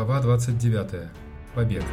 Глава 29. Побег.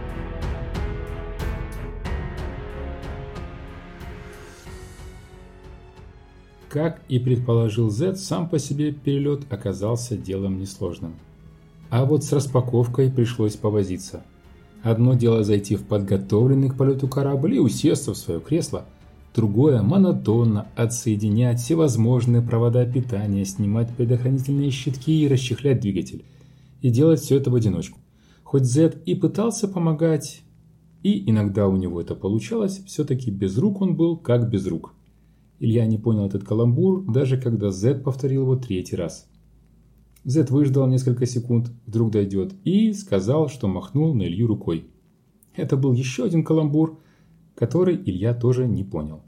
Как и предположил Зет, сам по себе перелет оказался делом несложным. А вот с распаковкой пришлось повозиться. Одно дело зайти в подготовленный к полету корабль и усесться в свое кресло. Другое – монотонно отсоединять всевозможные провода питания, снимать предохранительные щитки и расчехлять двигатель. И делать все это в одиночку. Хоть Зет и пытался помогать, и иногда у него это получалось, все-таки без рук он был как без рук. Илья не понял этот каламбур, даже когда Зет повторил его третий раз. Зет выждал несколько секунд, вдруг дойдет, и сказал, что махнул на Илью рукой. Это был еще один каламбур, который Илья тоже не понял.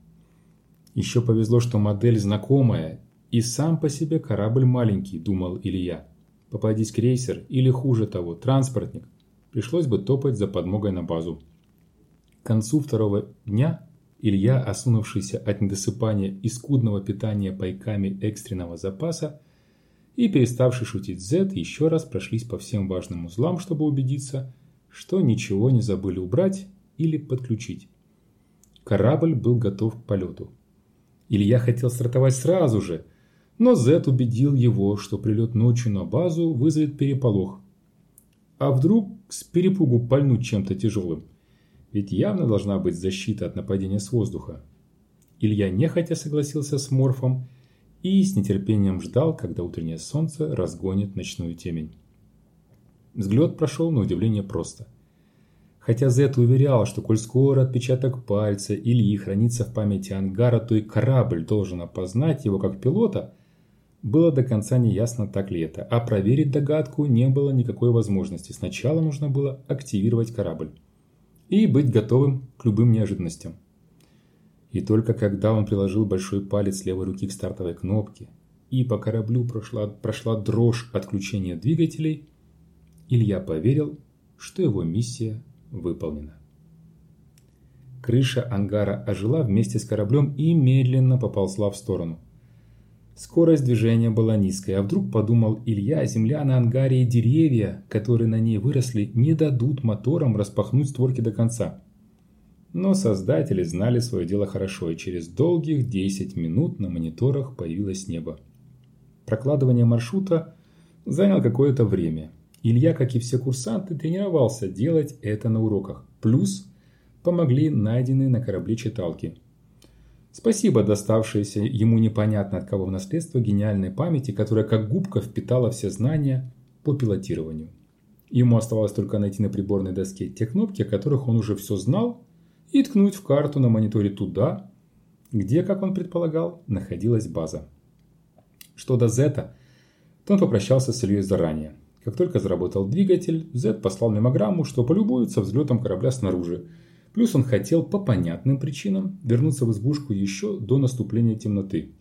Еще повезло, что модель знакомая, и сам по себе корабль маленький, думал Илья. Попадись крейсер или, хуже того, транспортник, пришлось бы топать за подмогой на базу. К концу второго дня Илья, осунувшийся от недосыпания и скудного питания пайками экстренного запаса, и переставший шутить Зет, еще раз прошлись по всем важным узлам, чтобы убедиться, что ничего не забыли убрать или подключить. Корабль был готов к полету. Илья хотел стартовать сразу же, но Зет убедил его, что прилет ночью на базу вызовет переполох. А вдруг с перепугу пальнуть чем-то тяжелым? Ведь явно должна быть защита от нападения с воздуха. Илья нехотя согласился с Морфом и с нетерпением ждал, когда утреннее солнце разгонит ночную темень. Взлет прошел на удивление просто. Хотя Зет уверял, что коль скоро отпечаток пальца Ильи хранится в памяти ангара, то и корабль должен опознать его как пилота, было до конца неясно, так ли это, а проверить догадку не было никакой возможности. Сначала нужно было активировать корабль и быть готовым к любым неожиданностям. И только когда он приложил большой палец левой руки к стартовой кнопке, и по кораблю прошла дрожь отключения двигателей, Илья поверил, что его миссия выполнена. Крыша ангара ожила вместе с кораблем и медленно поползла в сторону. Скорость движения была низкой, а вдруг, подумал Илья, земля на ангаре и деревья, которые на ней выросли, не дадут моторам распахнуть створки до конца. Но создатели знали свое дело хорошо, и через долгих 10 минут на мониторах появилось небо. Прокладывание маршрута заняло какое-то время. Илья, как и все курсанты, тренировался делать это на уроках. Плюс помогли найденные на корабле читалки. Спасибо доставшееся ему непонятно от кого в наследство гениальной памяти, которая как губка впитала все знания по пилотированию. Ему оставалось только найти на приборной доске те кнопки, о которых он уже все знал, и ткнуть в карту на мониторе туда, где, как он предполагал, находилась база. Что до Зета, то он попрощался с Ильей заранее. Как только заработал двигатель, Зет послал мемограмму, что полюбуется взлетом корабля снаружи. Плюс он хотел по понятным причинам вернуться в избушку еще до наступления темноты.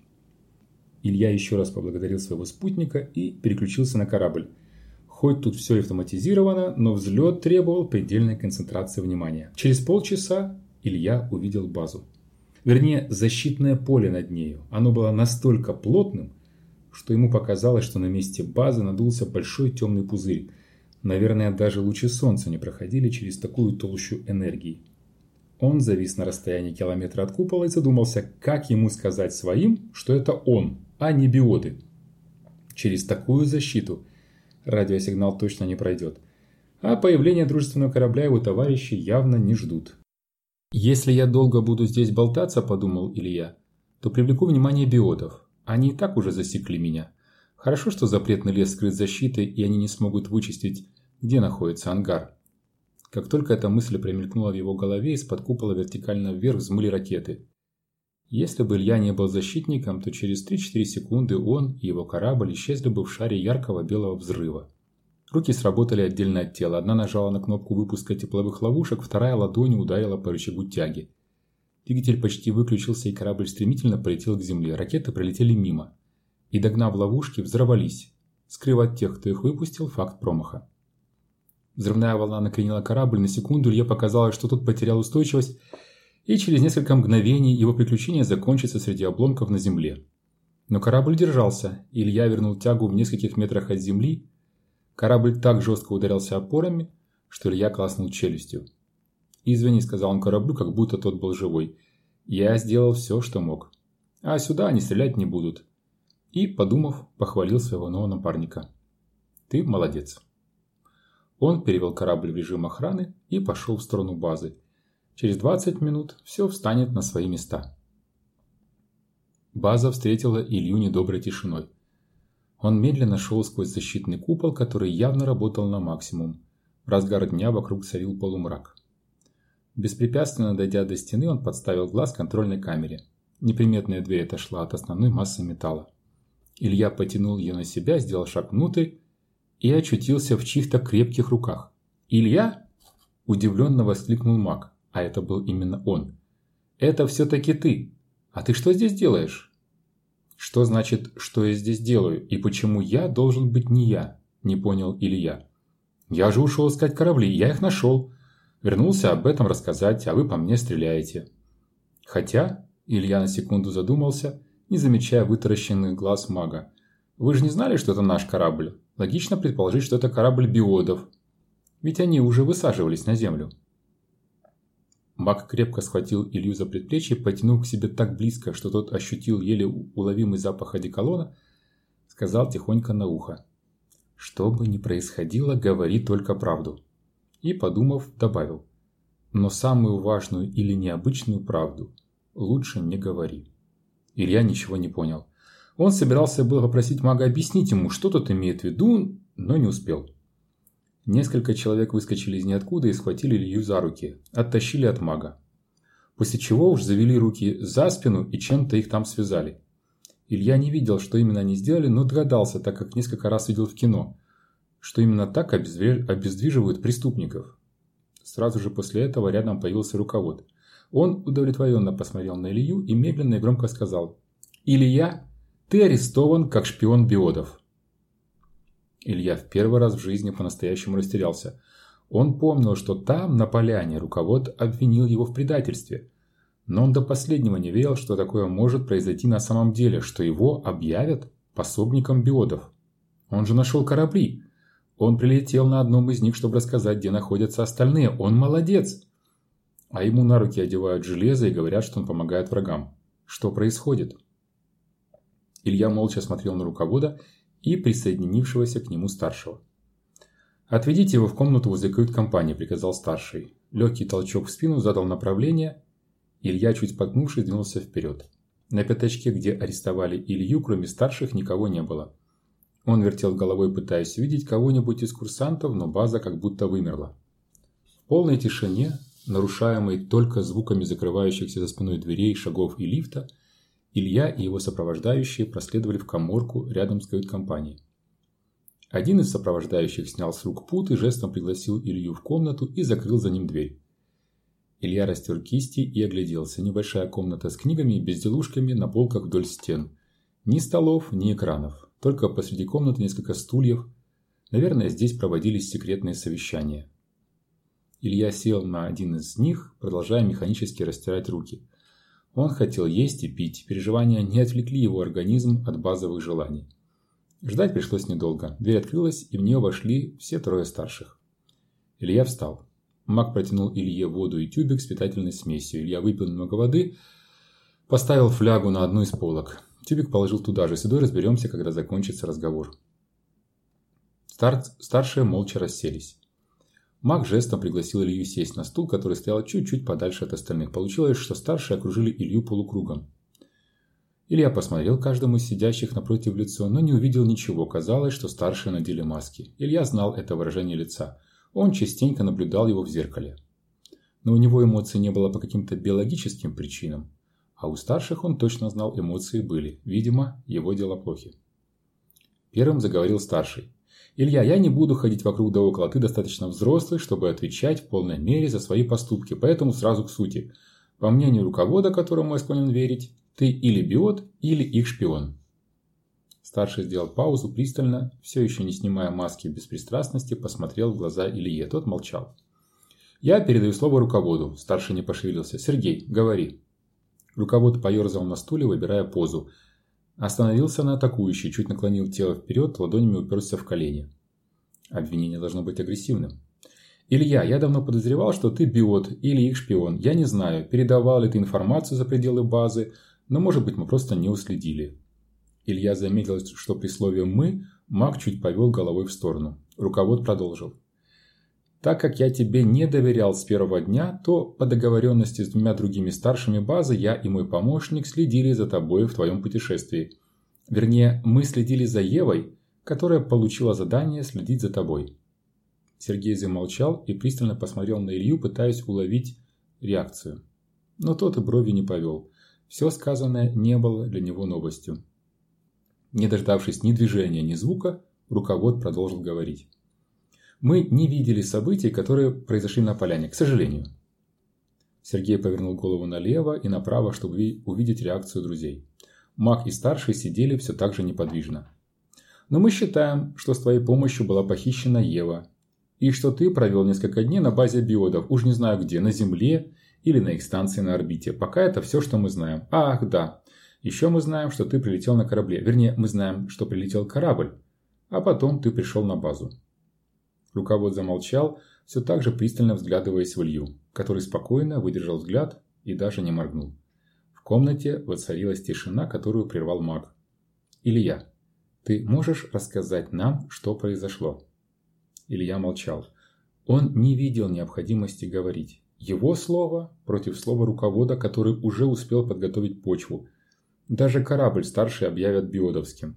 Илья еще раз поблагодарил своего спутника и переключился на корабль. Хоть тут все автоматизировано, но взлет требовал предельной концентрации внимания. Через полчаса Илья увидел базу. Вернее, защитное поле над нею. Оно было настолько плотным, что ему показалось, что на месте базы надулся большой темный пузырь. Наверное, даже лучи солнца не проходили через такую толщу энергии. Он завис на расстоянии километра от купола и задумался, как ему сказать своим, что это он, а не биоты. Через такую защиту радиосигнал точно не пройдет. А появление дружественного корабля его товарищи явно не ждут. «Если я долго буду здесь болтаться, — подумал Илья, — то привлеку внимание биотов. Они и так уже засекли меня. Хорошо, что запретный лес скрыт защитой, и они не смогут вычислить, где находится ангар». Как только эта мысль промелькнула в его голове, из-под купола вертикально вверх взмыли ракеты. Если бы Илья не был защитником, то через 3-4 секунды он и его корабль исчезли бы в шаре яркого белого взрыва. Руки сработали отдельно от тела. Одна нажала на кнопку выпуска тепловых ловушек, вторая ладонью ударила по рычагу тяги. Двигатель почти выключился, и корабль стремительно полетел к земле. Ракеты пролетели мимо. И, догнав ловушки, взорвались, скрыв от тех, кто их выпустил, факт промаха. Взрывная волна накренила корабль. На секунду Илье показалось, что тот потерял устойчивость, и через несколько мгновений его приключение закончится среди обломков на земле. Но корабль держался, и Илья вернул тягу в нескольких метрах от земли, Корабль так жестко ударился опорами, что Илья клацнул челюстью. «Извини», – сказал он кораблю, как будто тот был живой. «Я сделал все, что мог. А сюда они стрелять не будут». И, подумав, похвалил своего нового напарника. «Ты молодец». Он перевел корабль в режим охраны и пошел в сторону базы. Через 20 минут все встанет на свои места. База встретила Илью недоброй тишиной. Он медленно шел сквозь защитный купол, который явно работал на максимум. В разгар дня вокруг царил полумрак. Беспрепятственно дойдя до стены, он подставил глаз контрольной камере. Неприметная дверь отошла от основной массы металла. Илья потянул ее на себя, сделал шаг внутрь и очутился в чьих-то крепких руках. «Илья?» – удивленно воскликнул маг, а это был именно он. «Это все-таки ты! А ты что здесь делаешь?» «Что значит, что я здесь делаю, и почему я должен быть не я?» – не понял Илья. «Я же ушел искать корабли, я их нашел. Вернулся об этом рассказать, а вы по мне стреляете». «Хотя...» – Илья на секунду задумался, не замечая вытаращенных глаз мага. «Вы же не знали, что это наш корабль? Логично предположить, что это корабль биодов. Ведь они уже высаживались на землю». Маг крепко схватил Илью за предплечье, потянув к себе так близко, что тот ощутил еле уловимый запах одеколона, сказал тихонько на ухо: «Что бы ни происходило, говори только правду». И, подумав, добавил: «Но самую важную или необычную правду лучше не говори». Илья ничего не понял. Он собирался было попросить мага объяснить ему, что тот имеет в виду, но не успел. Несколько человек выскочили из ниоткуда и схватили Илью за руки, оттащили от мага. После чего уж завели руки за спину и чем-то их там связали. Илья не видел, что именно они сделали, но догадался, так как несколько раз видел в кино, что именно так обездвиживают преступников. Сразу же после этого рядом появился руковод. Он удовлетворенно посмотрел на Илью и медленно и громко сказал: «Илья, ты арестован как шпион биодов». Илья в первый раз в жизни по-настоящему растерялся. Он помнил, что там, на поляне, руковод обвинил его в предательстве. Но он до последнего не верил, что такое может произойти на самом деле, что его объявят пособником биодов. Он же нашел корабли. Он прилетел на одном из них, чтобы рассказать, где находятся остальные. Он молодец. А ему на руки одевают железо и говорят, что он помогает врагам. Что происходит? Илья молча смотрел на руковода и присоединившегося к нему старшего. «Отведите его в комнату возле кают-компании», – приказал старший. Легкий толчок в спину задал направление. Илья, чуть споткнувшись, двинулся вперед. На пятачке, где арестовали Илью, кроме старших, никого не было. Он вертел головой, пытаясь увидеть кого-нибудь из курсантов, но база как будто вымерла. В полной тишине, нарушаемой только звуками закрывающихся за спиной дверей, шагов и лифта, Илья и его сопровождающие проследовали в каморку рядом с кают-компанией. Один из сопровождающих снял с рук пут и жестом пригласил Илью в комнату и закрыл за ним дверь. Илья растер кисти и огляделся. Небольшая комната с книгами и безделушками на полках вдоль стен. Ни столов, ни экранов. Только посреди комнаты несколько стульев. Наверное, здесь проводились секретные совещания. Илья сел на один из них, продолжая механически растирать руки. Он хотел есть и пить. Переживания не отвлекли его организм от базовых желаний. Ждать пришлось недолго. Дверь открылась, и в нее вошли все трое старших. Илья встал. Маг протянул Илье воду и тюбик с питательной смесью. Илья выпил немного воды, поставил флягу на одну из полок. Тюбик положил туда же. С едой разберемся, когда закончится разговор. Старшие молча расселись. Маг жестом пригласил Илью сесть на стул, который стоял чуть-чуть подальше от остальных. Получилось, что старшие окружили Илью полукругом. Илья посмотрел каждому из сидящих напротив в лицо, но не увидел ничего. Казалось, что старшие надели маски. Илья знал это выражение лица. Он частенько наблюдал его в зеркале. Но у него эмоций не было по каким-то биологическим причинам. А у старших он точно знал, эмоции были. Видимо, его дела плохи. Первым заговорил старший. «Илья, я не буду ходить вокруг да около. Ты достаточно взрослый, чтобы отвечать в полной мере за свои поступки. Поэтому сразу к сути. По мнению руковода, которому я склонен верить, ты или биот, или их шпион». Старший сделал паузу, пристально, все еще не снимая маски беспристрастности, посмотрел в глаза Илье. Тот молчал. «Я передаю слово руководу». Старший не пошевелился. «Сергей, говори». Руковод поерзал на стуле, выбирая позу. Остановился на атакующий, чуть наклонил тело вперед, ладонями уперся в колени. Обвинение должно быть агрессивным. Илья, я давно подозревал, что ты биот или их шпион. Я не знаю, передавал ли ты информацию за пределы базы, но может быть мы просто не уследили. Илья заметил, что при слове «мы» маг чуть повел головой в сторону. Руковод продолжил. Так как я тебе не доверял с первого дня, то по договоренности с 2 другими старшими базы я и мой помощник следили за тобой в твоем путешествии. Вернее, мы следили за Евой, которая получила задание следить за тобой. Сергей замолчал и пристально посмотрел на Илью, пытаясь уловить реакцию. Но тот и брови не повел. Все сказанное не было для него новостью. Не дождавшись ни движения, ни звука, руковод продолжил говорить. Мы не видели событий, которые произошли на поляне, к сожалению. Сергей повернул голову налево и направо, чтобы увидеть реакцию друзей. Маг и старший сидели все так же неподвижно. Но мы считаем, что с твоей помощью была похищена Ева. И что ты провел несколько дней на базе биодов, уж не знаю где, на Земле или на их станции на орбите. Пока это все, что мы знаем. Ах, да. Еще мы знаем, что ты прилетел на корабле. Вернее, мы знаем, что прилетел корабль. А потом ты пришел на базу. Руковод замолчал, все так же пристально взглядываясь в Илью, который спокойно выдержал взгляд и даже не моргнул. В комнате воцарилась тишина, которую прервал маг. Илья, ты можешь рассказать нам, что произошло? Илья молчал. Он не видел необходимости говорить. Его слово против слова руковода, который уже успел подготовить почву. Даже корабль старший объявят биодовским.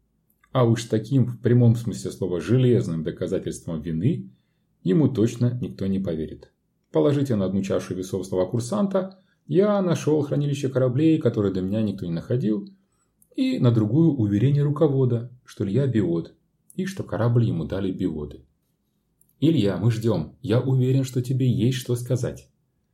А уж таким, в прямом смысле слова, железным доказательством вины ему точно никто не поверит. Положите на одну чашу весов слова курсанта «Я нашел хранилище кораблей, которые до меня никто не находил», и на другую уверение руковода, что Илья биот, и что корабль ему дали биоды. «Илья, мы ждем. Я уверен, что тебе есть что сказать».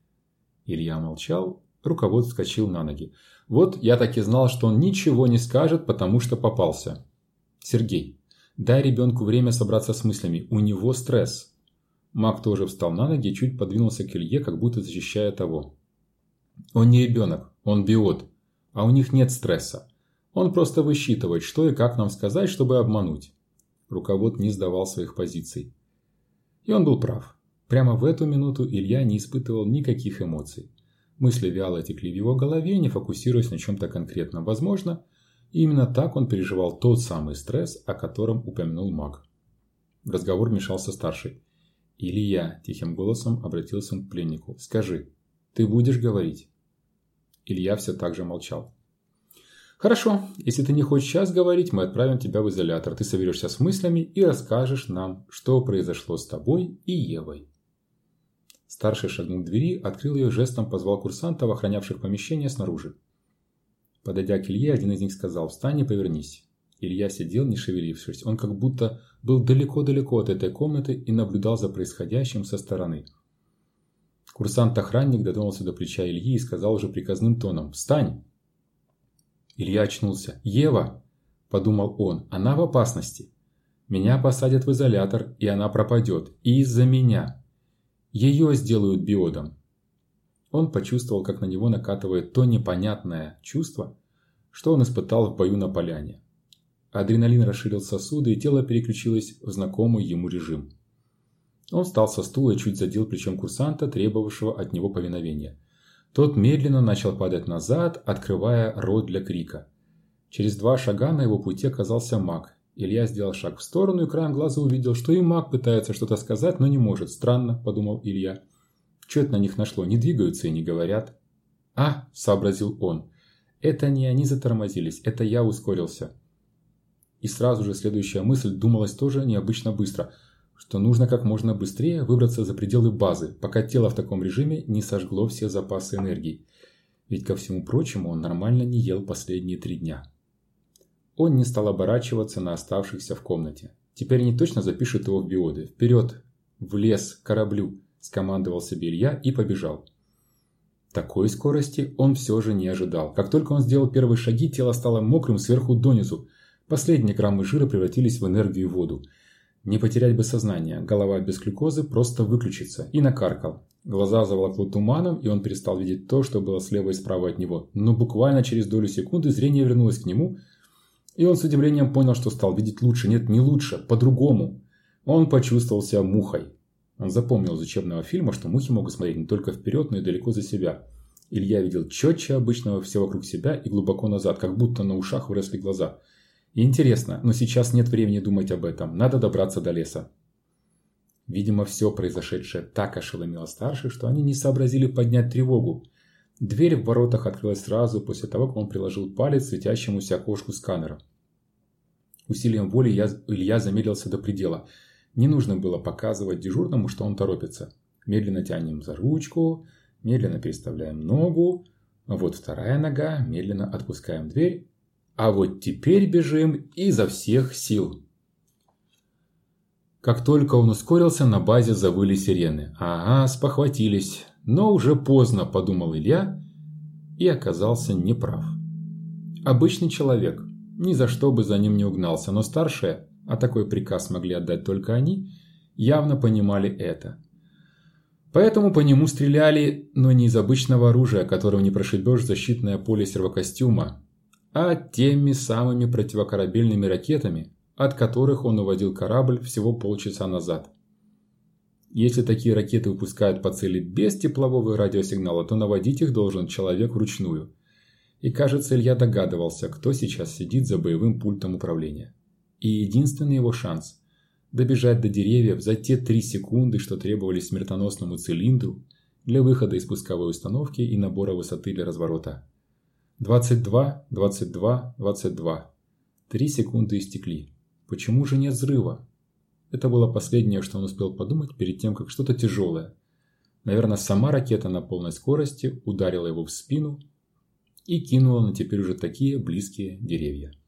Илья молчал, руковод вскочил на ноги. «Вот я так и знал, что он ничего не скажет, потому что попался. Сергей, дай ребенку время собраться с мыслями. У него стресс». Маг тоже встал на ноги и чуть подвинулся к Илье, как будто защищая того. «Он не ребенок, он биот. А у них нет стресса. Он просто высчитывает, что и как нам сказать, чтобы обмануть». Руковод не сдавал своих позиций. И он был прав. Прямо в эту минуту Илья не испытывал никаких эмоций. Мысли вяло текли в его голове, не фокусируясь на чем-то конкретном. Возможно, именно так он переживал тот самый стресс, о котором упомянул маг. В разговор вмешался старший. «Илья», – тихим голосом обратился он к пленнику, – «скажи, ты будешь говорить?» Илья все так же молчал. «Хорошо, если ты не хочешь сейчас говорить, мы отправим тебя в изолятор. Ты соберешься с мыслями и расскажешь нам, что произошло с тобой и Евой». Старший шагнул к двери, открыл ее, жестом позвал курсантов, охранявших помещение снаружи. Подойдя к Илье, один из них сказал: «Встань и повернись». Илья сидел, не шевелившись. Он как будто был далеко-далеко от этой комнаты и наблюдал за происходящим со стороны. Курсант-охранник дотронулся до плеча Ильи и сказал уже приказным тоном: «Встань!» Илья очнулся. «Ева!» – подумал он. «Она в опасности. Меня посадят в изолятор, и она пропадет. И из-за меня. Ее сделают биодом». Он почувствовал, как на него накатывает то непонятное чувство, что он испытал в бою на поляне. Адреналин расширил сосуды, и тело переключилось в знакомый ему режим. Он встал со стула и чуть задел плечом курсанта, требовавшего от него повиновения. Тот медленно начал падать назад, открывая рот для крика. Через 2 шага на его пути оказался маг. Илья сделал шаг в сторону и краем глаза увидел, что и маг пытается что-то сказать, но не может. «Странно», – подумал Илья. «Чё это на них нашло? Не двигаются и не говорят». «А», – сообразил он, – «это не они затормозились, это я ускорился». И сразу же следующая мысль думалась тоже необычно быстро, что нужно как можно быстрее выбраться за пределы базы, пока тело в таком режиме не сожгло все запасы энергии. Ведь ко всему прочему он нормально не ел последние 3 дня. Он не стал оборачиваться на оставшихся в комнате. Теперь они точно запишут его в биоды. «Вперед! В лес! К кораблю!» – скомандовал себе Илья и побежал. Такой скорости он все же не ожидал. Как только он сделал первые шаги, тело стало мокрым сверху донизу. Последние граммы жира превратились в энергию и воду. Не потерять бы сознание, голова без глюкозы просто выключится. И накаркал. Глаза заволокло туманом, и он перестал видеть то, что было слева и справа от него. Но буквально через долю секунды зрение вернулось к нему, и он с удивлением понял, что стал видеть лучше. Нет, не лучше, по-другому. Он почувствовал себя мухой. Он запомнил из учебного фильма, что мухи могут смотреть не только вперед, но и далеко за себя. Илья видел четче обычного все вокруг себя и глубоко назад, как будто на ушах выросли глаза. И интересно, но сейчас нет времени думать об этом, надо добраться до леса. Видимо, все произошедшее так ошеломило старших, что они не сообразили поднять тревогу. Дверь в воротах открылась сразу после того, как он приложил палец к светящемуся окошку сканера. Усилием воли Илья замедлился до предела. Не нужно было показывать дежурному, что он торопится. Медленно тянем за ручку, медленно переставляем ногу. Вот вторая нога, медленно отпускаем дверь. А вот теперь бежим изо всех сил. Как только он ускорился, на базе завыли сирены. Ага, спохватились. Но уже поздно, подумал Илья, и оказался неправ. Обычный человек, ни за что бы за ним не угнался, но старшие, а такой приказ могли отдать только они, явно понимали это. Поэтому по нему стреляли, но не из обычного оружия, которым не прошибешь защитное поле сервокостюма, а теми самыми противокорабельными ракетами, от которых он уводил корабль всего полчаса назад. Если такие ракеты выпускают по цели без теплового радиосигнала, то наводить их должен человек вручную. И кажется, Илья догадывался, кто сейчас сидит за боевым пультом управления. И единственный его шанс – добежать до деревьев за те 3 секунды, что требовались смертоносному цилиндру для выхода из пусковой установки и набора высоты для разворота. 22, 22, 22. 3 секунды истекли. Почему же нет взрыва? Это было последнее, что он успел подумать перед тем, как что-то тяжелое. Наверное, сама ракета на полной скорости ударила его в спину и кинула на теперь уже такие близкие деревья.